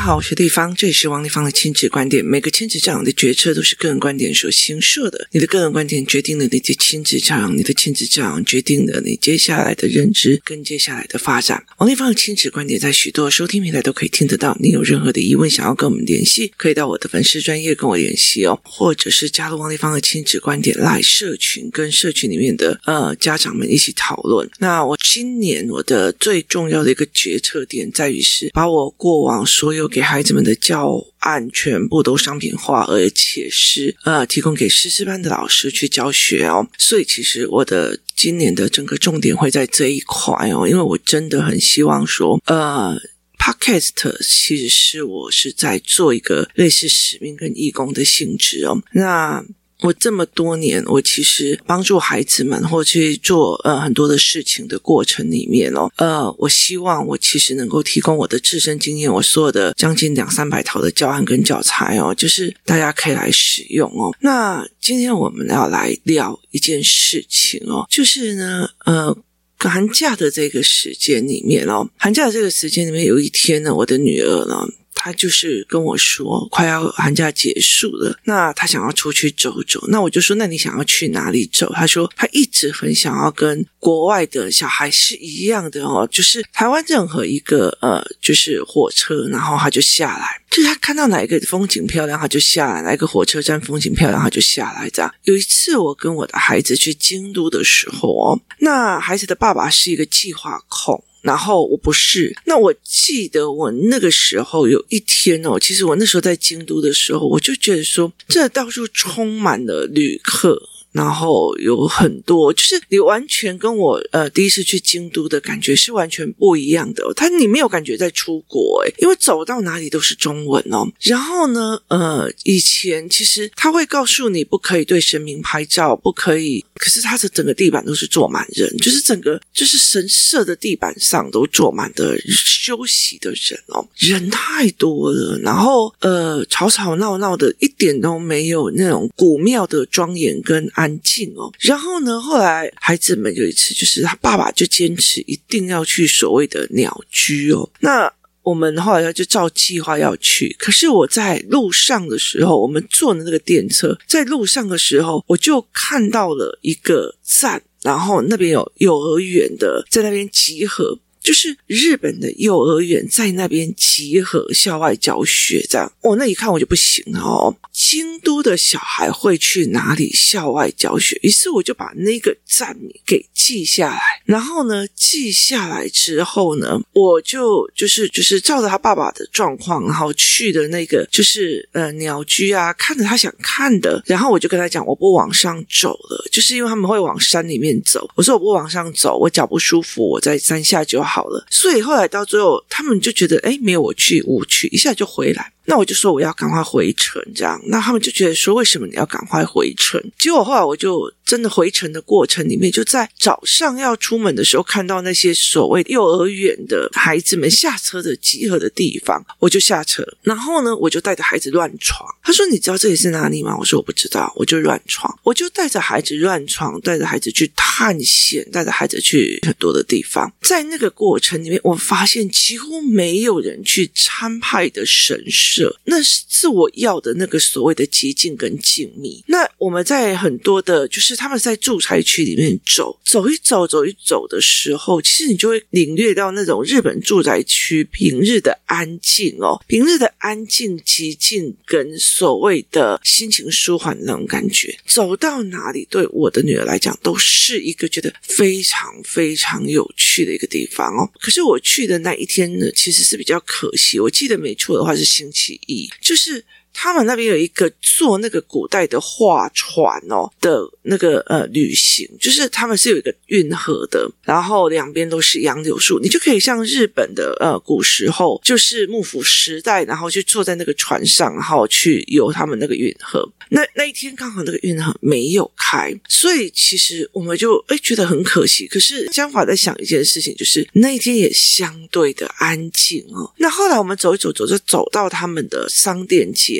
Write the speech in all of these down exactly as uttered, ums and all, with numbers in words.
好，我是丽芳，这里是王丽芳的亲子观点。每个亲子教养的决策都是个人观点所形设的，你的个人观点决定了你的亲子教养，你的亲子教养决定了你接下来的认知跟接下来的发展。王丽芳的亲子观点在许多收听平台都可以听得到，你有任何的疑问想要跟我们联系，可以到我的粉丝专页跟我联系哦，或者是加入王丽芳的亲子观点 LINE 社群，跟社群里面的呃家长们一起讨论。那我今年我的最重要的一个决策点在于是把我过往所有给孩子们的教案全部都商品化，而且是呃提供给师资班的老师去教学哦。所以其实我的今年的整个重点会在这一块哦，因为我真的很希望说呃Podcast 其实是我是在做一个类似使命跟义工的性质哦。那我这么多年，我其实帮助孩子们或去做呃很多的事情的过程里面哦，呃，我希望我其实能够提供我的自身经验，我所有的将近两三百套的教案跟教材哦，就是大家可以来使用哦。那今天我们要来聊一件事情哦，就是呢，呃。寒假的这个时间里面哦，寒假的这个时间里面有一天呢，我的女儿呢，她就是跟我说快要寒假结束了，那她想要出去走走。那我就说那你想要去哪里走？她说她一直很想要跟国外的小孩是一样的哦，就是台湾任何一个呃就是火车，然后她就下来，就是她看到哪一个风景漂亮她就下来，哪一个火车站风景漂亮她就下来这样。有一次我跟我的孩子去京都的时候哦，那孩子的爸爸是一个计划控，然后我不是。那我记得我那个时候有一天哦，其实我那时候在京都的时候，我就觉得说这到处充满了旅客，然后有很多就是你完全跟我呃第一次去京都的感觉是完全不一样的哦。他你没有感觉在出国诶，因为走到哪里都是中文哦。然后呢呃以前其实他会告诉你不可以对神明拍照，不可以，可是他的整个地板都是坐满人，就是整个就是神社的地板上都坐满的休息的人哦，人太多了，然后呃吵吵闹闹的，一点都没有那种古庙的庄严跟安静哦。然后呢后来孩子们有一次就是他爸爸就坚持一定要去所谓的鸟居哦，那我们后来就照计划要去，可是我在路上的时候，我们坐的那个电车，在路上的时候，我就看到了一个站，然后那边有幼儿园的在那边集合，就是日本的幼儿园在那边集合校外教学这样。哦，那一看我就不行了哦，京都的小孩会去哪里校外教学？于是我就把那个站给记下来，然后呢记下来之后呢，我就就是就是照着他爸爸的状况，然后去的那个就是呃鸟居啊，看着他想看的，然后我就跟他讲我不往上走了，就是因为他们会往山里面走，我说我不往上走，我脚不舒服，我在山下就好了。所以后来到最后他们就觉得诶没有我去我去，一下就回来，那我就说我要赶快回程这样，那他们就觉得说为什么你要赶快回程？结果后来我就真的回程的过程里面，就在早上要出门的时候看到那些所谓幼儿园的孩子们下车的集合的地方，我就下车，然后呢我就带着孩子乱闯。他说你知道这里是哪里吗？我说我不知道，我就乱闯，我就带着孩子乱闯，带着孩子去探险，带着孩子去很多的地方。在那个过程里面，我发现几乎没有人去参拜的神社，那是我要的那个所谓的寂静跟静谧。那我们在很多的就是他们在住宅区里面走走一走走一走的时候，其实你就会领略到那种日本住宅区平日的安静哦，平日的安静寂静跟所谓的心情舒缓的那种感觉，走到哪里对我的女儿来讲都是一个觉得非常非常有趣的一个地方哦。可是我去的那一天呢，其实是比较可惜，我记得没错的话是星期一，就是他们那边有一个坐那个古代的画船哦的那个呃旅行，就是他们是有一个运河的，然后两边都是杨柳树，你就可以像日本的呃古时候就是幕府时代，然后去坐在那个船上，然后去游他们那个运河。那那一天刚好那个运河没有开，所以其实我们就诶觉得很可惜。可是相反在想一件事情，就是那一天也相对的安静哦。那后来我们走一走走就走到他们的商店街，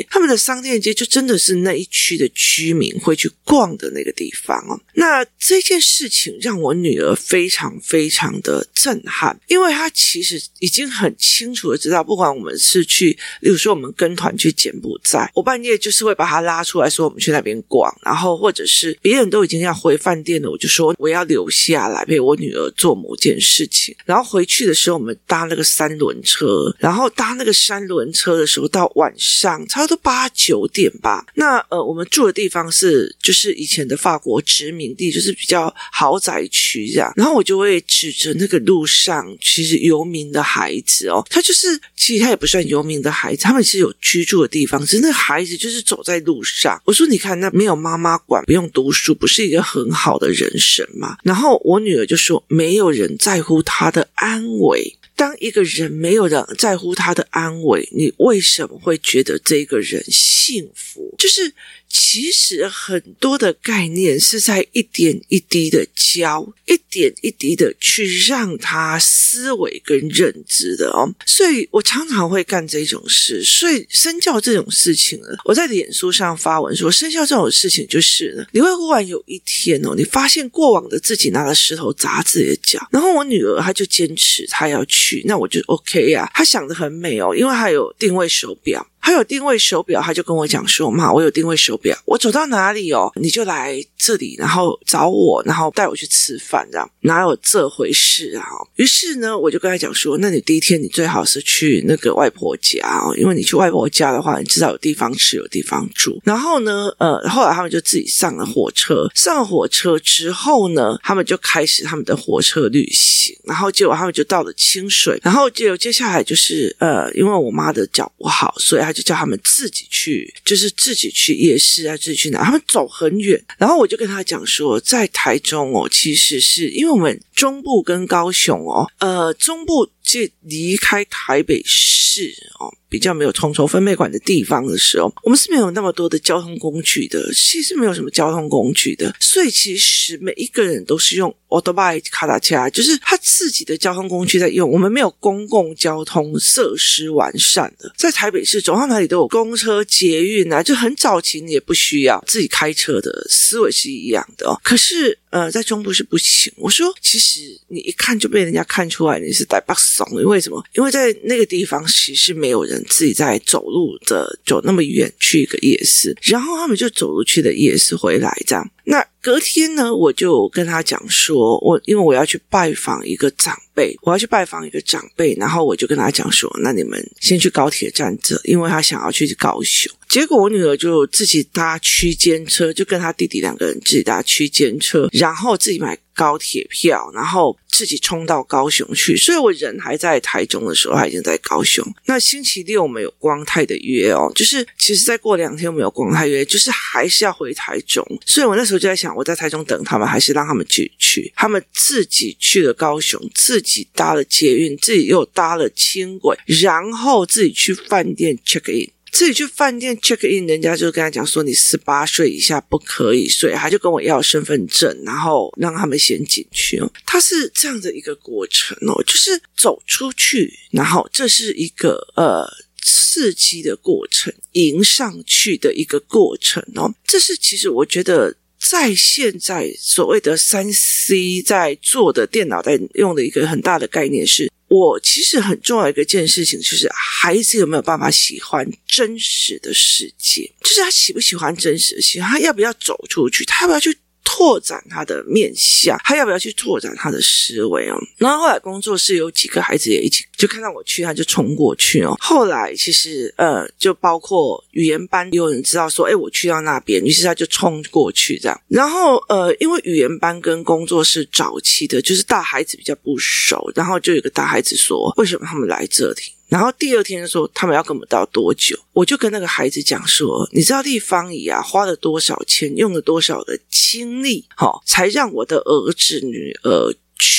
街，他们的商店街就真的是那一区的居民会去逛的那个地方哦。那这件事情让我女儿非常非常的震撼，因为她其实已经很清楚的知道，不管我们是去例如说我们跟团去柬埔寨，我半夜就是会把她拉出来说我们去那边逛，然后或者是别人都已经要回饭店了，我就说我要留下来陪我女儿做某件事情。然后回去的时候我们搭那个三轮车，然后搭那个三轮车的时候到晚上差不多八九点吧，那呃我们住的地方是就是以前的法国殖民地，就是比较豪宅区这样，然后我就会指着那个路上其实游民的孩子哦，他就是其实他也不算游民的孩子，他们是有居住的地方，只是那个孩子就是走在路上。我说你看那没有妈妈管，不用读书，不是一个很好的人生吗？然后我女儿就说没有人在乎他的安危，当一个人没有人在乎他的安危，你为什么会觉得这个人幸福？就是其实很多的概念是在一点一滴的教，一点一滴的去让他思维跟认知的哦。所以我常常会干这种事。所以身教这种事情呢，我在脸书上发文说，身教这种事情就是呢，你会忽然有一天哦，你发现过往的自己拿了石头砸自己的脚。然后我女儿她就坚持她要去，那我就 OK 啊。她想得很美哦，因为她有定位手表。他有定位手表，他就跟我讲说，妈，我有定位手表，我走到哪里哦，你就来这里，然后找我，然后带我去吃饭，这样哪有这回事啊？于是呢，我就跟他讲说，那你第一天你最好是去那个外婆家哦，因为你去外婆家的话，你至少有地方吃，有地方住。然后呢，呃，后来他们就自己上了火车，上了火车之后呢，他们就开始他们的火车旅行，然后结果他们就到了清水，然后结果接下来就是呃，因为我妈的脚不好，所以他就叫他们自己去，就是自己去夜市啊，自己去哪，他们走很远。然后我就跟他讲说，在台中哦，其实是因为我们中部跟高雄哦，呃，中部就离开台北市哦，比较没有重筹分配管的地方的时候，我们是没有那么多的交通工具的，其实没有什么交通工具的，所以其实每一个人都是用 Autobike 卡达恰，就是他自己的交通工具在用。我们没有公共交通设施完善的，在台北市走到哪里都有公车捷运啊，就很早期你也不需要自己开车的思维是一样的哦。可是呃，在中部是不行。我说其实你一看就被人家看出来你是台北怂，因为什么？因为在那个地方其实没有人自己在走路的走那么远去一个夜市，然后他们就走路去的夜市回来这样。那隔天呢，我就跟他讲说，我因为我要去拜访一个长辈，我要去拜访一个长辈，然后我就跟他讲说，那你们先去高铁站这，因为他想要去高雄。结果我女儿就自己搭区间车，就跟他弟弟两个人自己搭区间车，然后自己买高铁票，然后自己冲到高雄去。所以我人还在台中的时候，他已经在高雄。那星期六我们有光泰的约哦，就是其实再过两天我们有光泰约，就是还是要回台中。所以我那时候就在想，我在台中等他们，还是让他们自己去。他们自己去了高雄，自己搭了捷运，自己又搭了轻轨，然后自己去饭店 check in。自己去饭店 check in， 人家就跟他讲说你十八岁以下不可以，所以他就跟我要身份证，然后让他们先进去哦。他是这样的一个过程哦，就是走出去，然后这是一个呃刺激的过程，迎上去的一个过程哦。这是其实我觉得在现在所谓的 三 C 在做的电脑在用的一个很大的概念是，我其实很重要一个件事情就是孩子有没有办法喜欢真实的世界，就是他喜不喜欢真实的世界，他要不要走出去，他要不要去拓展他的面向，他要不要去拓展他的思维哦。然后后来工作室有几个孩子也一起就看到我去，他就冲过去哦。后来其实呃，就包括语言班有人知道说，诶我去到那边，于是他就冲过去这样。然后呃，因为语言班跟工作室早期的就是大孩子比较不熟，然后就有个大孩子说，为什么他们来这里？然后第二天说他们要跟我们到多久，我就跟那个孩子讲说，你知道立方姨啊花了多少钱，用了多少的精力、哦、才让我的儿子女儿去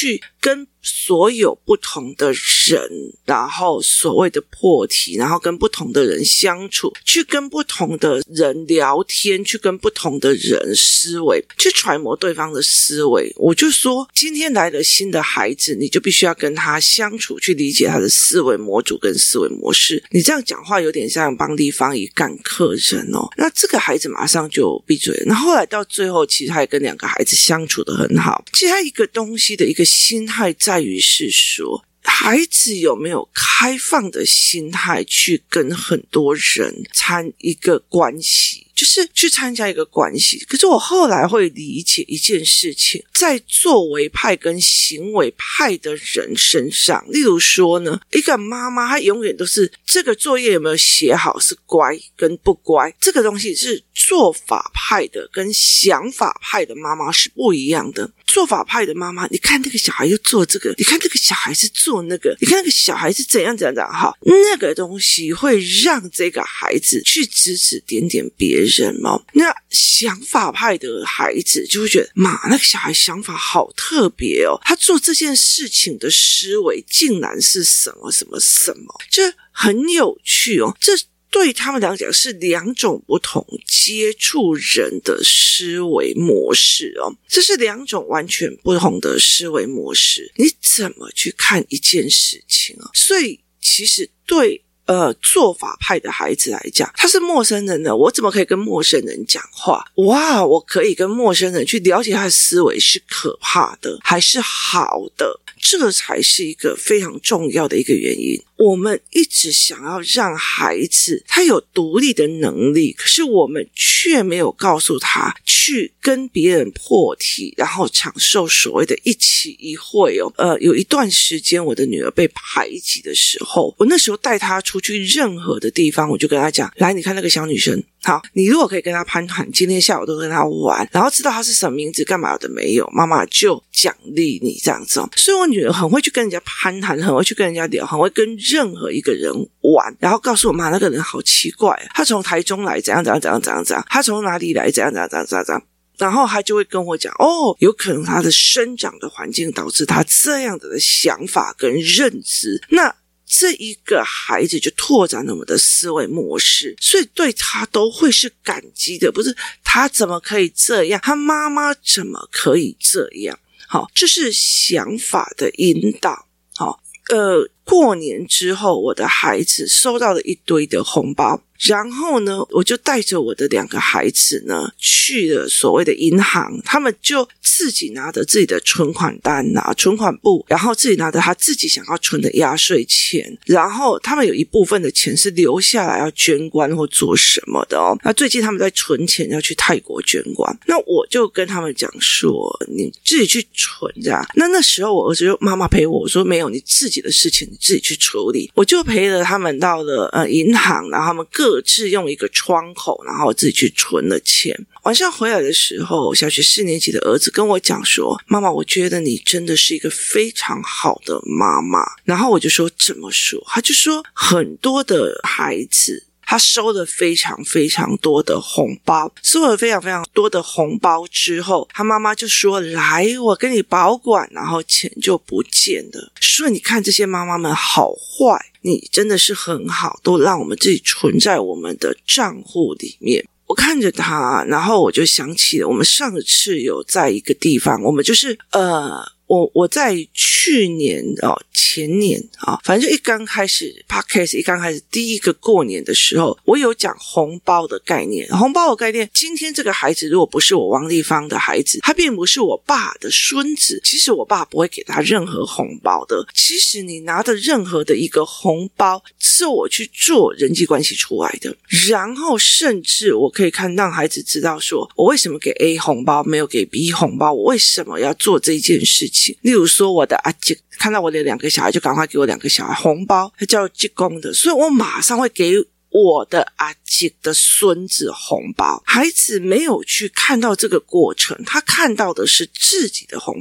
跟所有不同的人，然后所谓的破题，然后跟不同的人相处，去跟不同的人聊天，去跟不同的人思维，去揣摩对方的思维。我就说今天来了新的孩子，你就必须要跟他相处，去理解他的思维模组跟思维模式。你这样讲话有点像帮地方一干客人哦，那这个孩子马上就闭嘴了。那后来到最后其实他也跟两个孩子相处得很好。其实他一个东西的一个心态在于是说，孩子有没有开放的心态去跟很多人参一个关系，就是去参加一个关系。可是我后来会理解一件事情，在作为派跟行为派的人身上，例如说呢，一个妈妈她永远都是这个作业有没有写好是乖跟不乖，这个东西是做法派的跟想法派的妈妈是不一样的。做法派的妈妈，你看那个小孩又做这个，你看那个小孩是做那个，你看那个小孩是怎样怎样怎样，好，那个东西会让这个孩子去指指点点别人哦。那想法派的孩子就会觉得，妈，那个小孩想法好特别哦，他做这件事情的思维竟然是什么什么什么，就很有趣哦。这对他们来讲是两种不同接触人的思维模式哦，这是两种完全不同的思维模式。你怎么去看一件事情啊？所以其实对呃做法派的孩子来讲，他是陌生人的，我怎么可以跟陌生人讲话？哇，我可以跟陌生人去了解他的思维是可怕的还是好的？这才是一个非常重要的一个原因。我们一直想要让孩子他有独立的能力，可是我们却没有告诉他去跟别人破题，然后享受所谓的一期一会哦。呃，有一段时间我的女儿被排挤的时候，我那时候带她出去任何的地方，我就跟她讲，来，你看那个小女生，好，你如果可以跟她攀谈，今天下午都跟她玩，然后知道她是什么名字干嘛的没有，妈妈就奖励你这样子哦。所以我女儿很会去跟人家攀谈，很会去跟人家聊，很会跟任何一个人玩，然后告诉我妈那个人好奇怪，他从台中来怎样怎样怎样怎样怎样，他从哪里来怎样怎样怎样怎样怎样，然后他就会跟我讲，哦，有可能他的生长的环境导致他这样的想法跟认知，那这一个孩子就拓展了我们的思维模式，所以对他都会是感激的，不是他怎么可以这样，他妈妈怎么可以这样。好，这是想法的引导。好，呃，过年之后，我的孩子收到了一堆的红包，然后呢，我就带着我的两个孩子呢去了所谓的银行，他们就自己拿着自己的存款单啊、存款簿，然后自己拿着他自己想要存的压岁钱，然后他们有一部分的钱是留下来要捐官或做什么的哦。那最近他们在存钱要去泰国捐官，那我就跟他们讲说，你自己去存这样。那那时候我儿子就妈妈陪我，我说没有，你自己的事情你自己去处理。我就陪了他们到了呃银行，然后他们各自用一个窗口，然后自己去存了钱。晚上回来的时候，小学四年级的儿子跟我讲说，妈妈，我觉得你真的是一个非常好的妈妈。然后我就说，怎么说？他就说，很多的孩子他收了非常非常多的红包，收了非常非常多的红包之后，他妈妈就说，来，我给你保管，然后钱就不见了。所以你看这些妈妈们好坏，你真的是很好，都让我们自己存在我们的账户里面。我看着他，然后我就想起了我们上次有在一个地方，我们就是呃我我在去年哦前年啊、哦，反正就一刚开始 podcast 一刚开始第一个过年的时候，我有讲红包的概念。红包的概念，今天这个孩子如果不是我王丽芳的孩子，他并不是我爸的孙子，其实我爸不会给他任何红包的。其实你拿的任何的一个红包是我去做人际关系出来的，然后甚至我可以看让孩子知道说，我为什么给 A 红包没有给 B 红包，我为什么要做这件事情。例如说我的阿姐看到我的两个小孩，就赶快给我两个小孩红包，他叫济公的，所以我马上会给我的阿姐的孙子红包。孩子没有去看到这个过程，他看到的是自己的红包。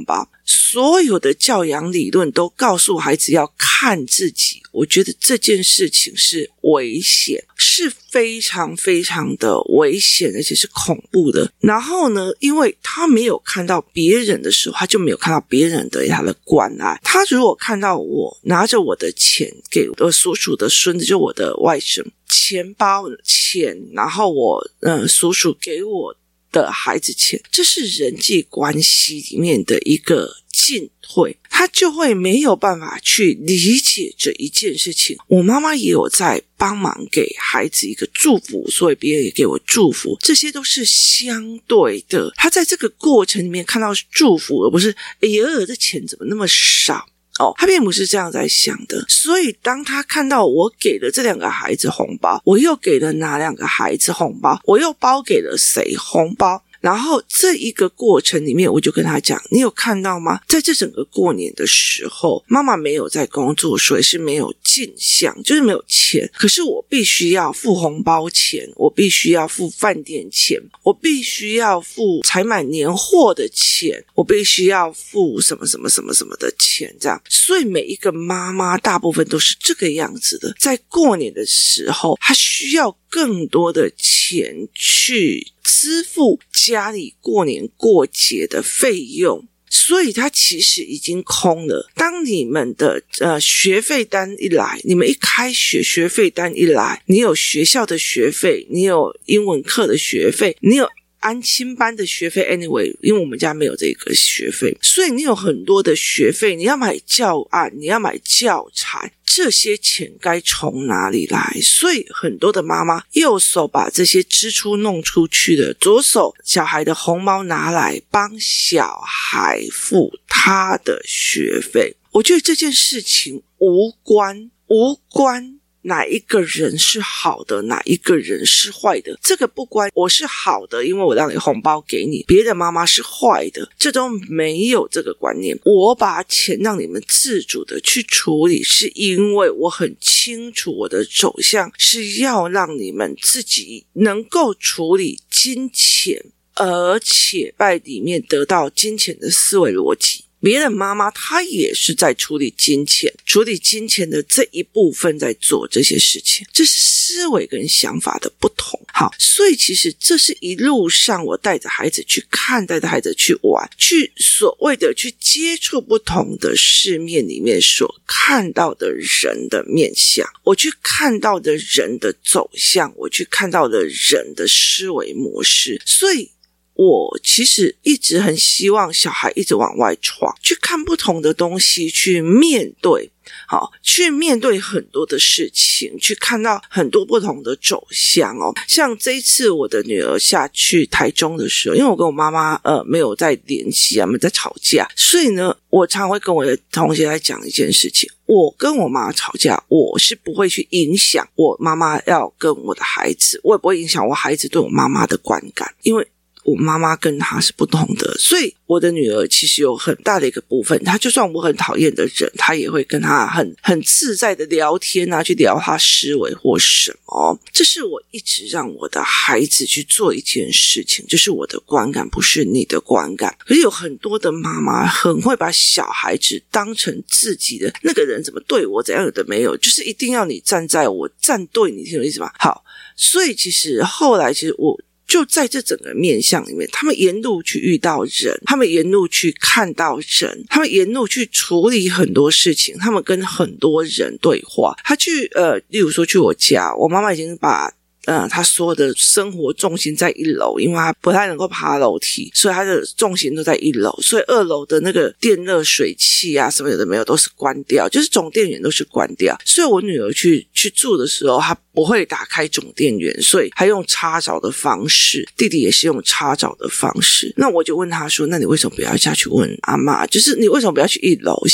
所有的教养理论都告诉孩子要看自己，我觉得这件事情是危险，是非常非常的危险，而且是恐怖的。然后呢，因为他没有看到别人的时候，他就没有看到别人对他的关爱。他如果看到我拿着我的钱给我叔叔的孙子，就我的外甥，钱包钱，然后我呃叔叔给我的孩子钱，这是人际关系里面的一个进退，他就会没有办法去理解这一件事情。我妈妈也有在帮忙给孩子一个祝福，所以别人也给我祝福，这些都是相对的。他在这个过程里面看到祝福，而不是哎呀这钱怎么那么少哦，他并不是这样在想的。所以当他看到我给了这两个孩子红包，我又给了哪两个孩子红包，我又包给了谁红包，然后这一个过程里面，我就跟他讲，你有看到吗？在这整个过年的时候，妈妈没有在工作，所以是没有进项，就是没有钱，可是我必须要付红包钱，我必须要付饭店钱，我必须要付采买年货的钱，我必须要付什么什么什么什么的钱，这样。所以每一个妈妈大部分都是这个样子的，在过年的时候，她需要更多的钱去支付家里过年过节的费用，所以它其实已经空了。当你们的呃学费单一来，你们一开学学费单一来，你有学校的学费，你有英文课的学费，你有安亲班的学费 anyway， 因为我们家没有这个学费，所以你有很多的学费，你要买教案，你要买教材，这些钱该从哪里来？所以很多的妈妈右手把这些支出弄出去了，左手小孩的红包拿来帮小孩付他的学费。我觉得这件事情无关无关哪一个人是好的，哪一个人是坏的，这个不关我是好的，因为我让你红包给你，别的妈妈是坏的，这都没有这个观念。我把钱让你们自主的去处理，是因为我很清楚我的走向是要让你们自己能够处理金钱，而且在里面得到金钱的思维逻辑。别的妈妈她也是在处理金钱，处理金钱的这一部分在做这些事情，这是思维跟想法的不同。好，所以其实这是一路上我带着孩子去看，带着孩子去玩，去所谓的去接触不同的世面里面所看到的人的面向，我去看到的人的走向，我去看到的人的思维模式。所以我其实一直很希望小孩一直往外闯，去看不同的东西，去面对好，去面对很多的事情，去看到很多不同的走向哦。像这一次我的女儿下去台中的时候，因为我跟我妈妈呃没有在联系啊，没有在吵架，所以呢我常会跟我的同学来讲一件事情，我跟我妈吵架，我是不会去影响我妈妈要跟我的孩子，我也不会影响我孩子对我妈妈的观感，因为我妈妈跟她是不同的，所以我的女儿其实有很大的一个部分，她就算我很讨厌的人，她也会跟她很很自在的聊天啊，去聊她思维或什么。这是我一直让我的孩子去做一件事情，就是我的观感不是你的观感。可是有很多的妈妈很会把小孩子当成自己的那个人怎么对我怎样，有的没有，就是一定要你站在我站对你，听我意思吗？好，所以其实后来其实我就在这整个面向里面，他们沿路去遇到人，他们沿路去看到人，他们沿路去处理很多事情，他们跟很多人对话。他去呃，例如说去我家，我妈妈已经把呃，他所有的生活重心在一楼，因为他不太能够爬楼梯，所以他的重心都在一楼，所以二楼的那个电热水器啊什么有的没有都是关掉，就是总电源都是关掉。所以我女儿去去住的时候，她不会打开总电源，所以她用插槽的方式，弟弟也是用插槽的方式。那我就问她说，那你为什么不要下去问阿嬷，就是你为什么不要去一楼洗？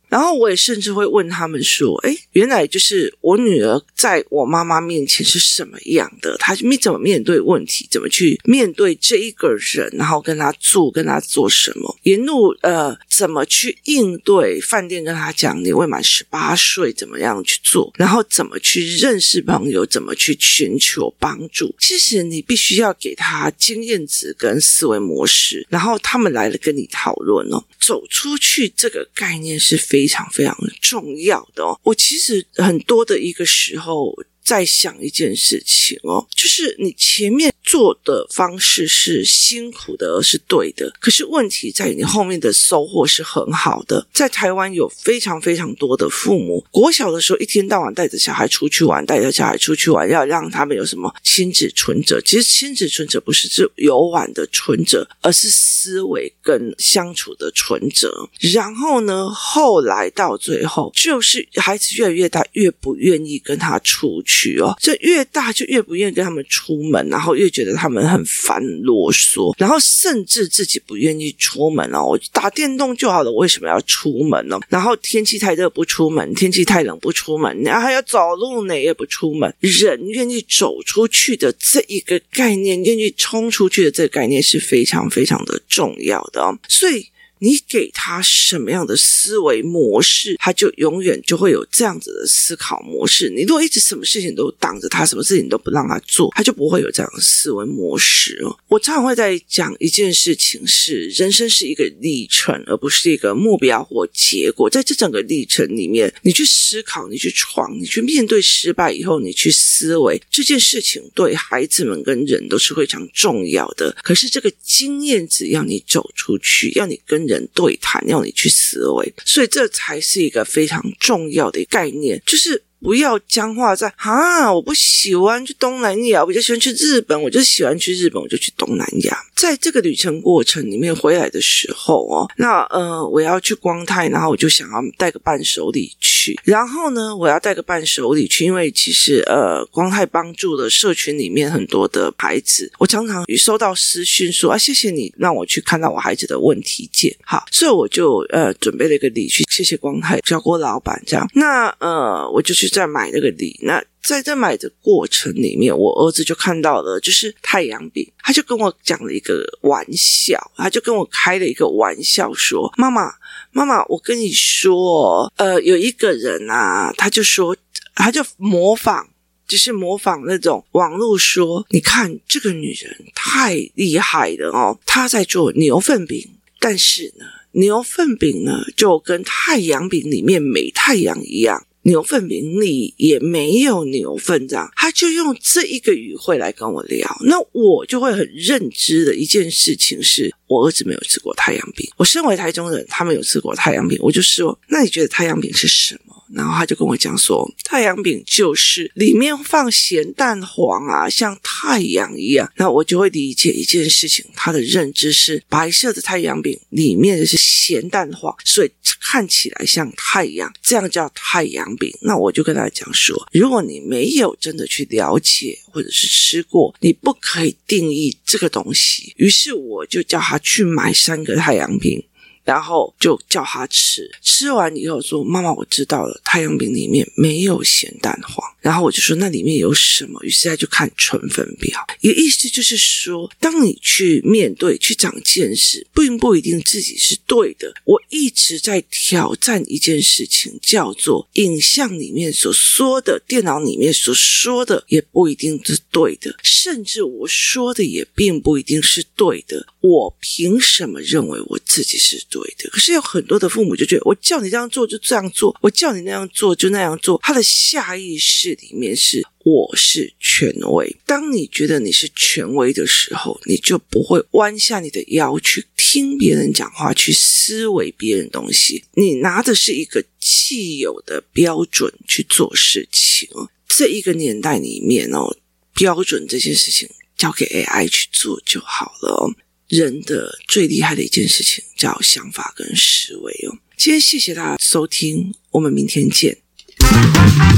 然后我也甚至会问他们说，诶，原来就是我女儿在我妈妈面前是什么样的，她怎么面对问题，怎么去面对这一个人，然后跟她住，跟她做什么，沿路呃怎么去应对饭店跟她讲你未满十八岁怎么样去做，然后怎么去认识朋友，怎么去寻求帮助。其实你必须要给她经验值跟思维模式，然后他们来了跟你讨论哦。走出去这个概念是非常非常重要的哦。我其实很多的一个时候在想一件事情哦，就是你前面做的方式是辛苦的，而是对的，可是问题在于你后面的收获是很好的。在台湾有非常非常多的父母，国小的时候一天到晚带着小孩出去玩，带着小孩出去玩，要让他们有什么亲子存折。其实亲子存折不是指游玩的存折，而是思维跟相处的存折。然后呢，后来到最后就是孩子越来越大，越不愿意跟他出去哦，这越大就越不愿意跟他们出门，然后越觉得他们很烦啰嗦，然后甚至自己不愿意出门哦，我打电动就好了，我为什么要出门呢？然后天气太热不出门，天气太冷不出门，然后还要走路呢也不出门。人愿意走出去的这一个概念，愿意冲出去的这个概念是非常非常的重要的哦。所以你给他什么样的思维模式，他就永远就会有这样子的思考模式。你如果一直什么事情都挡着他，什么事情都不让他做，他就不会有这样的思维模式哦。我常常会在讲一件事情是，人生是一个历程，而不是一个目标或结果。在这整个历程里面，你去思考，你去闯，你去面对失败以后，你去思维这件事情对孩子们跟人都是非常重要的。可是这个经验只要你走出去，要你跟人对谈，要你去思维，所以这才是一个非常重要的概念，就是不要僵化在啊，我不喜欢去东南亚，我比较喜欢去日本，我就喜欢去日本，我就去东南亚。在这个旅程过程里面回来的时候哦，那呃我要去光泰，然后我就想要带个伴手礼去，然后呢我要带个伴手礼去，因为其实呃光泰帮助的社群里面很多的孩子，我常常收到私讯说啊，谢谢你让我去看到我孩子的问题点。好，所以我就呃准备了一个礼去谢谢光泰小郭老板这样。那呃我就去再买那个礼，那在这买的过程里面，我儿子就看到了就是太阳饼，他就跟我讲了一个玩笑，他就跟我开了一个玩笑说，妈妈妈妈我跟你说呃，有一个人啊，他就说他就模仿就是模仿那种网络说，你看这个女人太厉害了哦，她在做牛粪饼，但是呢牛粪饼呢就跟太阳饼里面没太阳一样，牛粪饼里也没有牛粪，这样他就用这一个语汇来跟我聊。那我就会很认知的一件事情是，我儿子没有吃过太阳饼，我身为台中人，他没有吃过太阳饼，我就说那你觉得太阳饼是什么？然后他就跟我讲说，太阳饼就是里面放咸蛋黄啊，像太阳一样。那我就会理解一件事情，他的认知是白色的太阳饼里面的是咸蛋黄，所以看起来像太阳，这样叫太阳饼。那我就跟他讲说，如果你没有真的去了解或者是吃过，你不可以定义这个东西。于是我就叫他去买三个太阳饼，然后就叫他吃，吃完以后说，妈妈我知道了，太阳饼里面没有咸蛋黄。然后我就说那里面有什么？于是他就看成分表，也意思就是说，当你去面对去长见识，并不一定自己是对的。我一直在挑战一件事情，叫做影像里面所说的，电脑里面所说的也不一定是对的，甚至我说的也并不一定是对的。我凭什么认为我自己是对的？可是有很多的父母就觉得，我叫你这样做就这样做，我叫你那样做就那样做，他的下意识里面是我是权威。当你觉得你是权威的时候，你就不会弯下你的腰去听别人讲话，去思维别人东西，你拿的是一个既有的标准去做事情。这一个年代里面哦，标准这件事情交给 A I 去做就好了哦。人的最厉害的一件事情叫想法跟思维哦。今天谢谢大家收听，我们明天见。